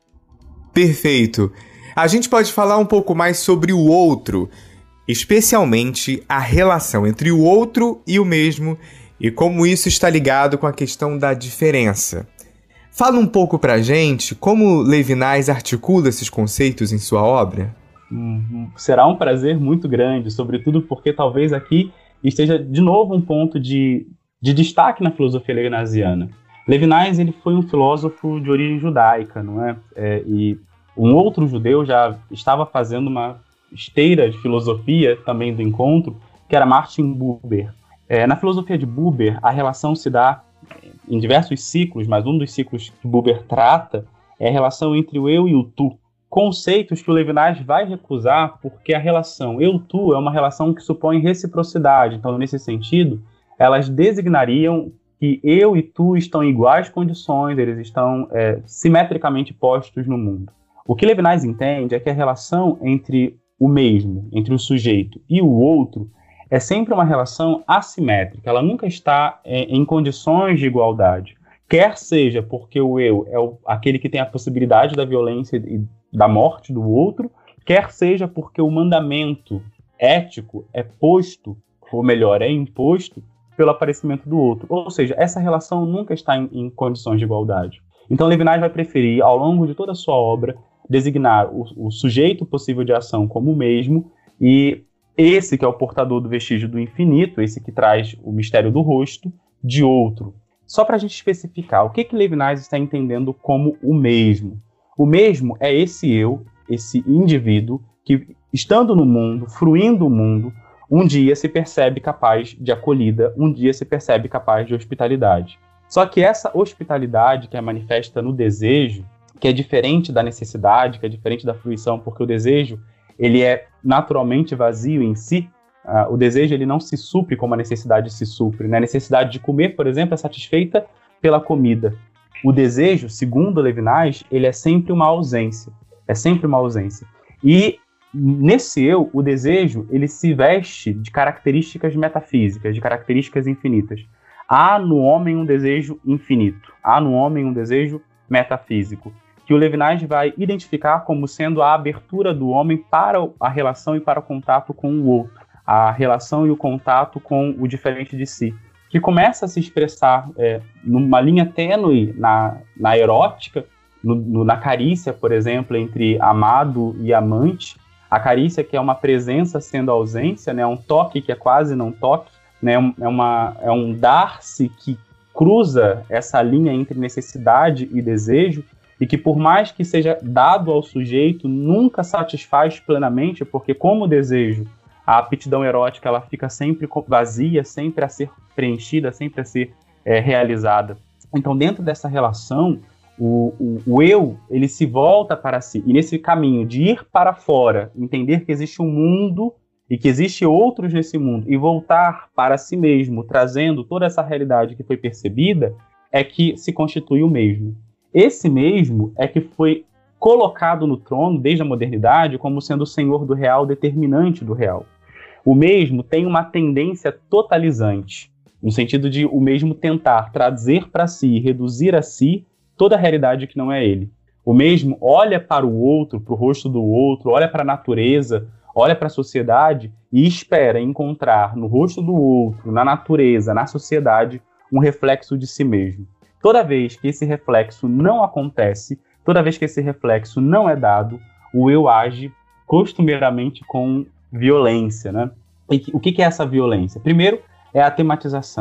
Perfeito. A gente pode falar um pouco mais sobre o outro, especialmente a relação entre o outro e o mesmo e como isso está ligado com a questão da diferença. Fala um pouco pra gente como Levinas articula esses conceitos em sua obra. Hum, será um prazer muito grande, sobretudo porque talvez aqui esteja de novo um ponto de, de destaque na filosofia levinasiana. Levinas ele foi um filósofo de origem judaica, não é? é e um outro judeu já estava fazendo uma esteira de filosofia também do encontro, que era Martin Buber. É, na filosofia de Buber, a relação se dá em diversos ciclos, mas um dos ciclos que Buber trata é a relação entre o eu e o tu. Conceitos que o Levinas vai recusar porque a relação eu-tu é uma relação que supõe reciprocidade. Então, nesse sentido, elas designariam que eu e tu estão em iguais condições, eles estão é, simetricamente postos no mundo. O que Levinas entende é que a relação entre o mesmo, entre o sujeito e o outro, é sempre uma relação assimétrica, ela nunca está é, em condições de igualdade. Quer seja porque o eu é o, aquele que tem a possibilidade da violência e da morte do outro, quer seja porque o mandamento ético é posto, ou melhor, é imposto pelo aparecimento do outro. Ou seja, essa relação nunca está em, em condições de igualdade. Então Levinas vai preferir, ao longo de toda a sua obra, designar o, o sujeito possível de ação como o mesmo, e esse que é o portador do vestígio do infinito, esse que traz o mistério do rosto, de outro. Só para a gente especificar, o que, que Levinas está entendendo como o mesmo? O mesmo é esse eu, esse indivíduo, que, estando no mundo, fruindo o mundo, um dia se percebe capaz de acolhida, um dia se percebe capaz de hospitalidade. Só que essa hospitalidade que é manifesta no desejo, que é diferente da necessidade, que é diferente da fruição, porque o desejo ele é naturalmente vazio em si, uh, o desejo ele não se supre como a necessidade se supre. Né? A necessidade de comer, por exemplo, é satisfeita pela comida. O desejo, segundo Levinas, ele é sempre uma ausência. É sempre uma ausência. E nesse eu, o desejo, ele se veste de características metafísicas, de características infinitas. Há no homem um desejo infinito. Há no homem um desejo metafísico, que o Levinas vai identificar como sendo a abertura do homem para a relação e para o contato com o outro. A relação e o contato com o diferente de si. Que começa a se expressar é, numa linha tênue na, na erótica, no, no, na carícia, por exemplo, entre amado e amante. A carícia que é uma presença sendo ausência, né, um toque que é quase não toque, né, é, uma, é um dar-se que cruza essa linha entre necessidade e desejo, e que por mais que seja dado ao sujeito, nunca satisfaz plenamente, porque como desejo, a aptidão erótica ela fica sempre vazia, sempre a ser preenchida, sempre a ser é, realizada. Então, dentro dessa relação, o, o, o eu ele se volta para si. E nesse caminho de ir para fora, entender que existe um mundo e que existe outros nesse mundo, e voltar para si mesmo, trazendo toda essa realidade que foi percebida, é que se constitui o mesmo. Esse mesmo é que foi colocado no trono, desde a modernidade, como sendo o senhor do real, determinante do real. O mesmo tem uma tendência totalizante, no sentido de o mesmo tentar trazer para si, reduzir a si, toda a realidade que não é ele. O mesmo olha para o outro, para o rosto do outro, olha para a natureza, olha para a sociedade e espera encontrar no rosto do outro, na natureza, na sociedade, um reflexo de si mesmo. Toda vez que esse reflexo não acontece, toda vez que esse reflexo não é dado, o eu age costumeiramente com violência, né? E o que é essa violência? Primeiro, é a tematização.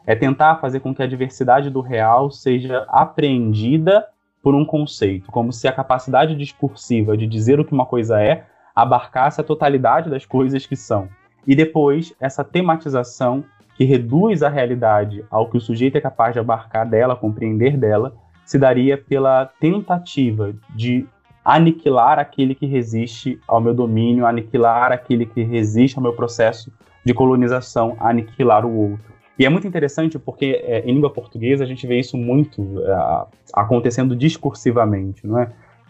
é tentar fazer com que a diversidade do real seja apreendida por um conceito, como se a capacidade discursiva de dizer o que uma coisa é abarcasse a totalidade das coisas que são. E depois, essa tematização que reduz a realidade ao que o sujeito é capaz de abarcar dela, compreender dela, se daria pela tentativa de aniquilar aquele que resiste ao meu domínio, aniquilar aquele que resiste ao meu processo de colonização, aniquilar o outro. E é muito interessante porque é, em língua portuguesa a gente vê isso muito é, acontecendo discursivamente, não é?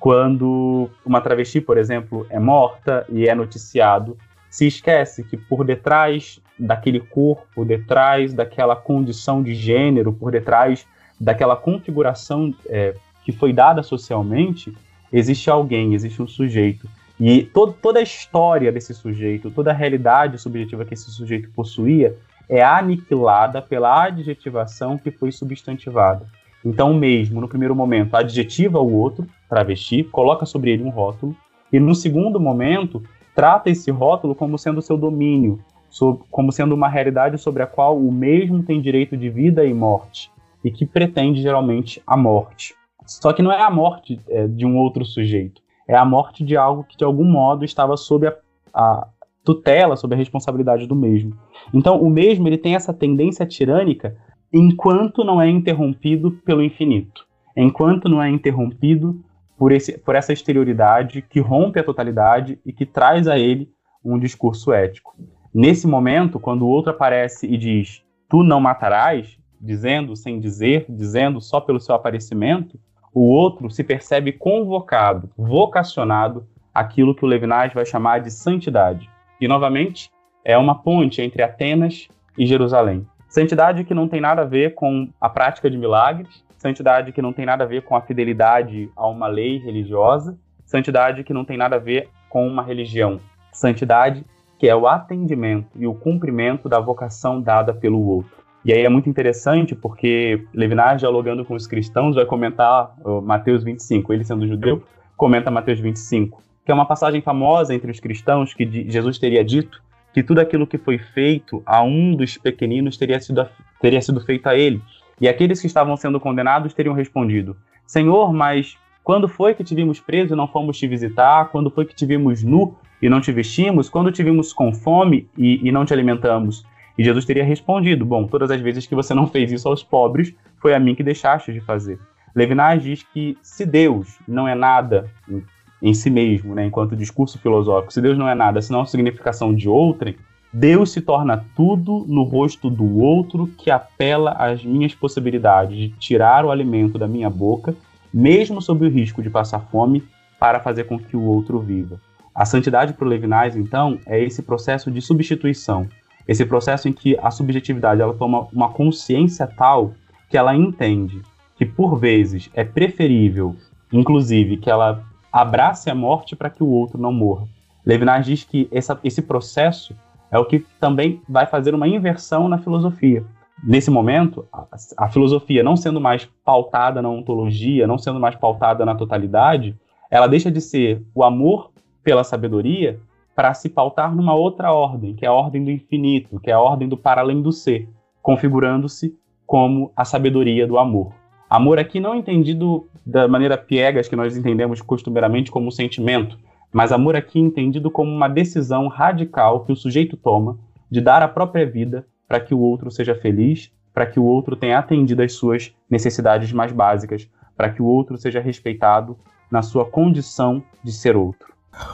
Quando uma travesti, por exemplo, é morta e é noticiado, se esquece que por detrás daquele corpo, por detrás daquela condição de gênero, por detrás daquela configuração é, que foi dada socialmente, existe alguém, existe um sujeito. E to- toda a história desse sujeito, toda a realidade subjetiva que esse sujeito possuía é aniquilada pela adjetivação que foi substantivada. Então, mesmo, no primeiro momento, adjetiva o outro, travesti, coloca sobre ele um rótulo, e no segundo momento, trata esse rótulo como sendo seu domínio, so- como sendo uma realidade sobre a qual o mesmo tem direito de vida e morte, e que pretende, geralmente, a morte. Só que não é a morte é, de um outro sujeito, é a morte de algo que, de algum modo, estava sob a, a tutela, sob a responsabilidade do mesmo. Então, o mesmo ele tem essa tendência tirânica enquanto não é interrompido pelo infinito, enquanto não é interrompido por, esse, por essa exterioridade que rompe a totalidade e que traz a ele um discurso ético. Nesse momento, quando o outro aparece e diz, tu não matarás, dizendo sem dizer, dizendo só pelo seu aparecimento, o outro se percebe convocado, vocacionado, àquilo que o Levinas vai chamar de santidade. E, novamente, é uma ponte entre Atenas e Jerusalém. Santidade que não tem nada a ver com a prática de milagres, santidade que não tem nada a ver com a fidelidade a uma lei religiosa, santidade que não tem nada a ver com uma religião, santidade que é o atendimento e o cumprimento da vocação dada pelo outro. E aí é muito interessante porque Levinas, dialogando com os cristãos, vai comentar uh, Mateus vinte e cinco, ele sendo judeu, comenta Mateus vinte e cinco, que é uma passagem famosa entre os cristãos que de, Jesus teria dito que tudo aquilo que foi feito a um dos pequeninos teria sido, teria sido feito a ele. E aqueles que estavam sendo condenados teriam respondido, Senhor, mas quando foi que te vimos preso e não fomos te visitar? Quando foi que te vimos nu e não te vestimos? Quando te vimos com fome e, e não te alimentamos? E Jesus teria respondido, bom, todas as vezes que você não fez isso aos pobres, foi a mim que deixaste de fazer. Levinas diz que se Deus não é nada em, em si mesmo, né, enquanto discurso filosófico, se Deus não é nada, senão a significação de outrem, Deus se torna tudo no rosto do outro que apela às minhas possibilidades de tirar o alimento da minha boca, mesmo sob o risco de passar fome, para fazer com que o outro viva. A santidade para o Levinas, então, é esse processo de substituição, esse processo em que a subjetividade ela toma uma consciência tal que ela entende que, por vezes, é preferível, inclusive, que ela abrace a morte para que o outro não morra. Levinas diz que essa, esse processo é o que também vai fazer uma inversão na filosofia. Nesse momento, a, a filosofia não sendo mais pautada na ontologia, não sendo mais pautada na totalidade, ela deixa de ser o amor pela sabedoria para se pautar numa outra ordem, que é a ordem do infinito, que é a ordem do para além do ser, configurando-se como a sabedoria do amor. Amor aqui não entendido da maneira piegas que nós entendemos costumeiramente como um sentimento, mas amor aqui entendido como uma decisão radical que o sujeito toma de dar a própria vida para que o outro seja feliz, para que o outro tenha atendido às suas necessidades mais básicas, para que o outro seja respeitado na sua condição de ser outro.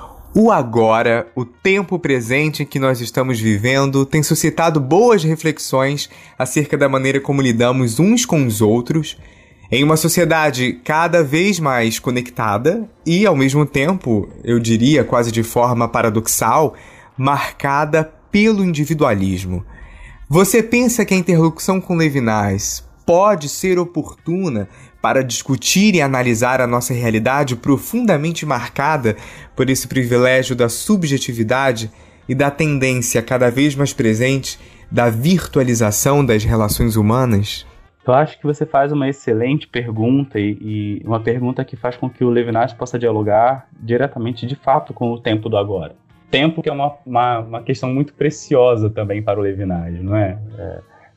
O agora, o tempo presente em que nós estamos vivendo, tem suscitado boas reflexões acerca da maneira como lidamos uns com os outros, em uma sociedade cada vez mais conectada e, ao mesmo tempo, eu diria quase de forma paradoxal, marcada pelo individualismo. Você pensa que a interlocução com Levinas pode ser oportuna para discutir e analisar a nossa realidade profundamente marcada por esse privilégio da subjetividade e da tendência cada vez mais presente da virtualização das relações humanas? Eu acho que você faz uma excelente pergunta e, e uma pergunta que faz com que o Levinas possa dialogar diretamente, de fato, com o tempo do agora. Tempo que é uma, uma, uma questão muito preciosa também para o Levinas, não é? é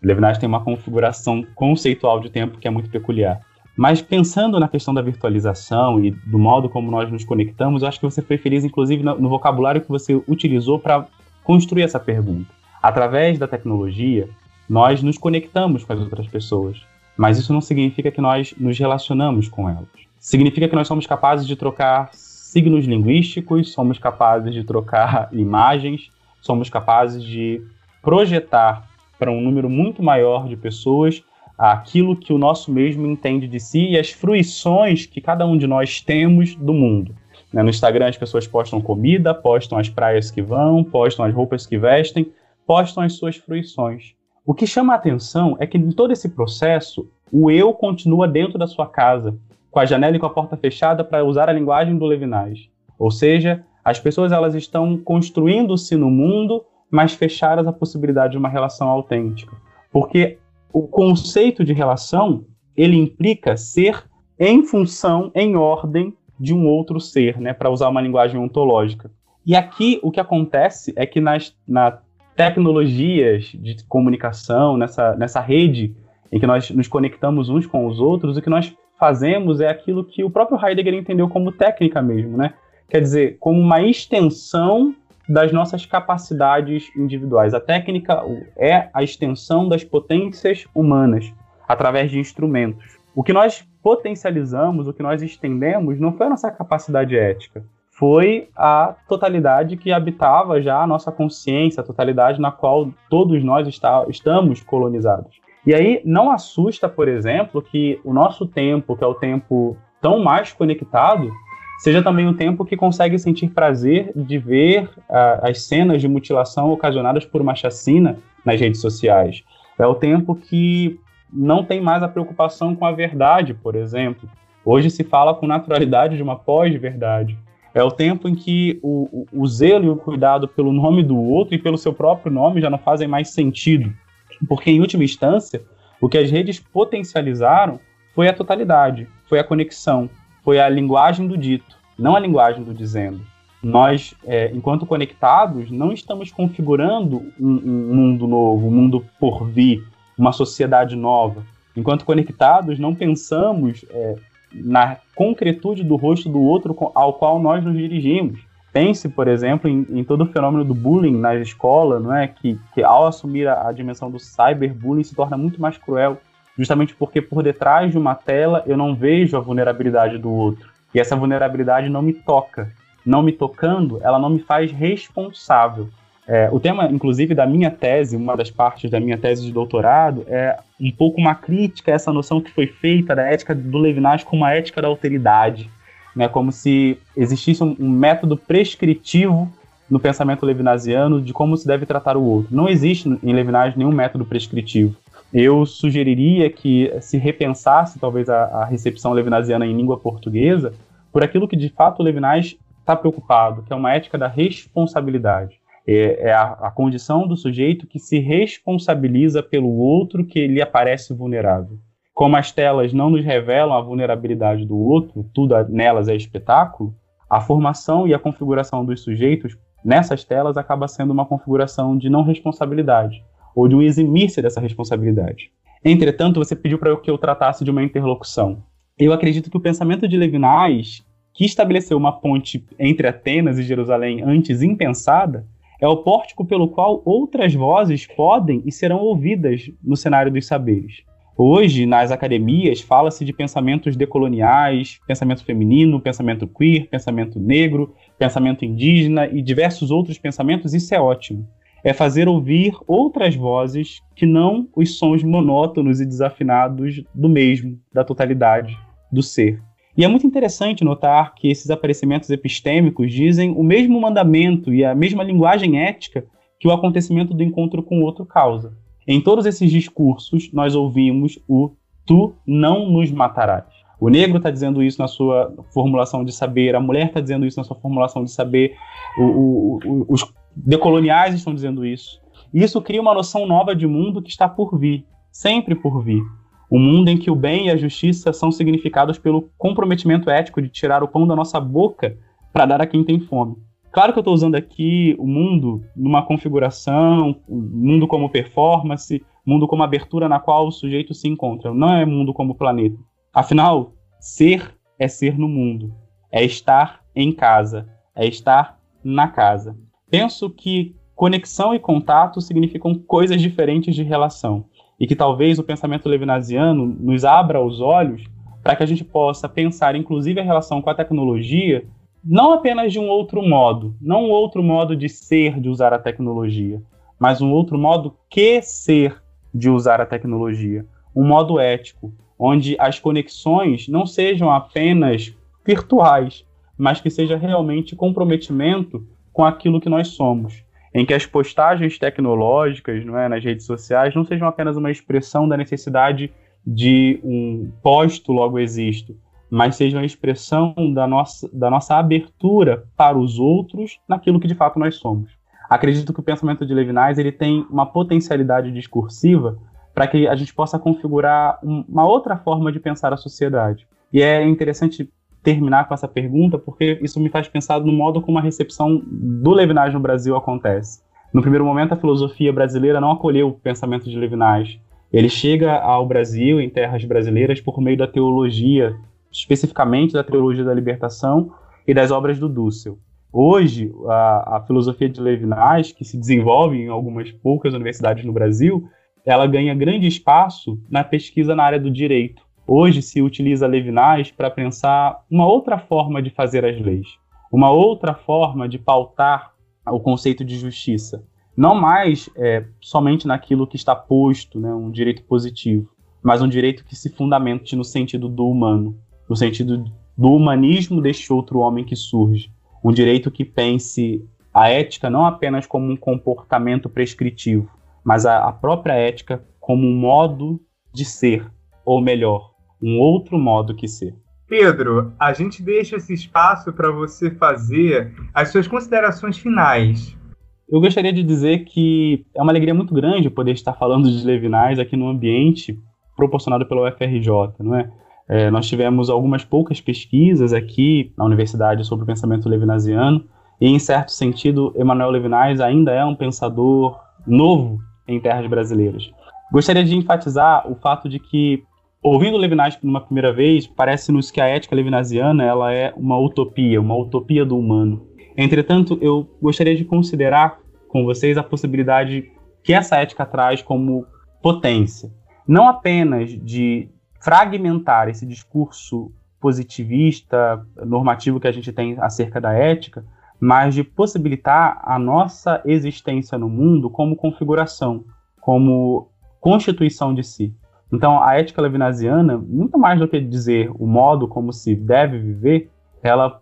Levinas tem uma configuração conceitual de tempo que é muito peculiar. Mas pensando na questão da virtualização e do modo como nós nos conectamos, eu acho que você foi feliz, inclusive, no vocabulário que você utilizou para construir essa pergunta. Através da tecnologia, nós nos conectamos com as outras pessoas, mas isso não significa que nós nos relacionamos com elas. Significa que nós somos capazes de trocar signos linguísticos, somos capazes de trocar imagens, somos capazes de projetar para um número muito maior de pessoas aquilo que o nosso mesmo entende de si e as fruições que cada um de nós temos do mundo. No Instagram as pessoas postam comida, postam as praias que vão, postam as roupas que vestem, postam as suas fruições. O que chama a atenção é que em todo esse processo, o eu continua dentro da sua casa, com a janela e com a porta fechada, para usar a linguagem do Levinas. Ou seja, as pessoas elas estão construindo-se no mundo, mas fechadas à possibilidade de uma relação autêntica. Porque o conceito de relação, ele implica ser em função, em ordem de um outro ser, né, para usar uma linguagem ontológica. E aqui o que acontece é que nas na tecnologias de comunicação, nessa, nessa rede em que nós nos conectamos uns com os outros, o que nós fazemos é aquilo que o próprio Heidegger entendeu como técnica mesmo, né? Quer dizer, como uma extensão das nossas capacidades individuais. A técnica é a extensão das potências humanas através de instrumentos. O que nós potencializamos, o que nós estendemos, não foi a nossa capacidade ética, foi a totalidade que habitava já a nossa consciência, a totalidade na qual todos nós está, estamos colonizados. E aí não assusta, por exemplo, que o nosso tempo, que é o tempo tão mais conectado, seja também um tempo que consegue sentir prazer de ver uh, as cenas de mutilação ocasionadas por uma chacina nas redes sociais. É o tempo que não tem mais a preocupação com a verdade, por exemplo. Hoje se fala com naturalidade de uma pós-verdade. É o tempo em que o, o, o zelo e o cuidado pelo nome do outro e pelo seu próprio nome já não fazem mais sentido. Porque, em última instância, o que as redes potencializaram foi a totalidade, foi a conexão, foi a linguagem do dito, não a linguagem do dizendo. Nós, é, enquanto conectados, não estamos configurando um, um mundo novo, um mundo por vir, uma sociedade nova. Enquanto conectados, não pensamos é, na concretude do rosto do outro ao qual nós nos dirigimos. Pense, por exemplo, em, em todo o fenômeno do bullying na escola, não é? que, que ao assumir a, a dimensão do cyberbullying se torna muito mais cruel, justamente porque por detrás de uma tela eu não vejo a vulnerabilidade do outro. E essa vulnerabilidade não me toca. Não me tocando, ela não me faz responsável. É, o tema, inclusive, da minha tese, uma das partes da minha tese de doutorado, é um pouco uma crítica a essa noção que foi feita da ética do Levinas como a ética da alteridade, né? Como se existisse um, um método prescritivo no pensamento levinasiano de como se deve tratar o outro. Não existe em Levinas nenhum método prescritivo. Eu sugeriria que se repensasse, talvez, a, a recepção levinasiana em língua portuguesa por aquilo que, de fato, o Levinas está preocupado, que é uma ética da responsabilidade. É, é a, a condição do sujeito que se responsabiliza pelo outro que lhe aparece vulnerável. Como as telas não nos revelam a vulnerabilidade do outro, tudo nelas é espetáculo, a formação e a configuração dos sujeitos nessas telas acaba sendo uma configuração de não responsabilidade, ou de um eximir-se dessa responsabilidade. Entretanto, você pediu para que eu tratasse de uma interlocução. Eu acredito que o pensamento de Levinas, que estabeleceu uma ponte entre Atenas e Jerusalém antes impensada, é o pórtico pelo qual outras vozes podem e serão ouvidas no cenário dos saberes. Hoje, nas academias, fala-se de pensamentos decoloniais, pensamento feminino, pensamento queer, pensamento negro, pensamento indígena e diversos outros pensamentos. Isso é ótimo. É fazer ouvir outras vozes que não os sons monótonos e desafinados do mesmo, da totalidade, do ser. E é muito interessante notar que esses aparecimentos epistêmicos dizem o mesmo mandamento e a mesma linguagem ética que o acontecimento do encontro com o outro causa. Em todos esses discursos, nós ouvimos o tu não nos matarás. O negro está dizendo isso na sua formulação de saber, a mulher está dizendo isso na sua formulação de saber, o, o, o, os decoloniais estão dizendo isso. E isso cria uma noção nova de mundo que está por vir, sempre por vir. Um mundo em que o bem e a justiça são significados pelo comprometimento ético de tirar o pão da nossa boca para dar a quem tem fome. Claro que eu estou usando aqui o mundo numa configuração, o mundo como performance, mundo como abertura na qual o sujeito se encontra, não é mundo como planeta. Afinal, ser é ser no mundo, é estar em casa, é estar na casa. Penso que conexão e contato significam coisas diferentes de relação, e que talvez o pensamento levinasiano nos abra os olhos para que a gente possa pensar, inclusive, a relação com a tecnologia, não apenas de um outro modo, não um outro modo de ser, de usar a tecnologia, mas um outro modo que ser de usar a tecnologia, um modo ético, onde as conexões não sejam apenas virtuais, mas que seja realmente comprometimento com aquilo que nós somos, em que as postagens tecnológicas, não é, nas redes sociais não sejam apenas uma expressão da necessidade de um posto logo existo, mas sejam a expressão da nossa, da nossa abertura para os outros naquilo que de fato nós somos. Acredito que o pensamento de Levinas ele tem uma potencialidade discursiva para que a gente possa configurar um, uma outra forma de pensar a sociedade. E é interessante terminar com essa pergunta, porque isso me faz pensar no modo como a recepção do Levinas no Brasil acontece. No primeiro momento, a filosofia brasileira não acolheu o pensamento de Levinas. Ele chega ao Brasil, em terras brasileiras, por meio da teologia, especificamente da teologia da libertação e das obras do Dussel. Hoje, a, a filosofia de Levinas, que se desenvolve em algumas poucas universidades no Brasil, ela ganha grande espaço na pesquisa na área do direito. Hoje se utiliza Levinas para pensar uma outra forma de fazer as leis, uma outra forma de pautar o conceito de justiça. Não mais é, somente naquilo que está posto, né, um direito positivo, mas um direito que se fundamente no sentido do humano, no sentido do humanismo deste outro homem que surge. Um direito que pense a ética não apenas como um comportamento prescritivo, mas a, a própria ética como um modo de ser, ou melhor, um outro modo que ser. Pedro, a gente deixa esse espaço para você fazer as suas considerações finais. Eu gostaria de dizer que é uma alegria muito grande poder estar falando de Levinas aqui no ambiente proporcionado pela U F R J, não é? É, nós tivemos algumas poucas pesquisas aqui na universidade sobre o pensamento levinasiano e, em certo sentido, Emmanuel Levinas ainda é um pensador novo em terras brasileiras. Gostaria de enfatizar o fato de que, ouvindo Levinas por uma primeira vez, parece-nos que a ética levinasiana ela é uma utopia, uma utopia do humano. Entretanto, eu gostaria de considerar com vocês a possibilidade que essa ética traz como potência. Não apenas de fragmentar esse discurso positivista, normativo que a gente tem acerca da ética, mas de possibilitar a nossa existência no mundo como configuração, como constituição de si. Então, a ética levinasiana, muito mais do que dizer o modo como se deve viver, ela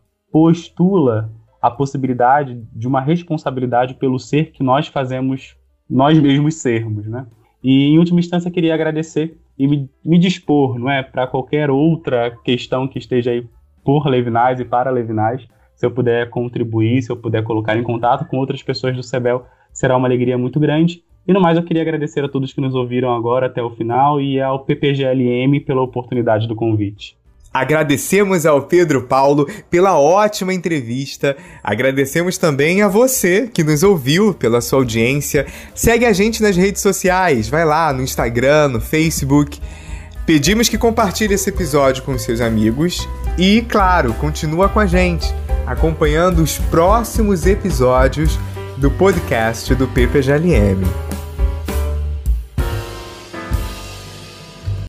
postula a possibilidade de uma responsabilidade pelo ser que nós fazemos nós mesmos sermos, né? E, em última instância, queria agradecer e me, me dispor, não é, para qualquer outra questão que esteja aí por Levinas e para Levinas. Se eu puder contribuir, se eu puder colocar em contato com outras pessoas do CEBEL, será uma alegria muito grande. E no mais, eu queria agradecer a todos que nos ouviram agora até o final e ao P P G L M pela oportunidade do convite. Agradecemos ao Pedro Paulo pela ótima entrevista. Agradecemos também a você que nos ouviu pela sua audiência. Segue a gente nas redes sociais, vai lá no Instagram, no Facebook. Pedimos que compartilhe esse episódio com seus amigos e, claro, continua com a gente, acompanhando os próximos episódios do podcast do P P G L M.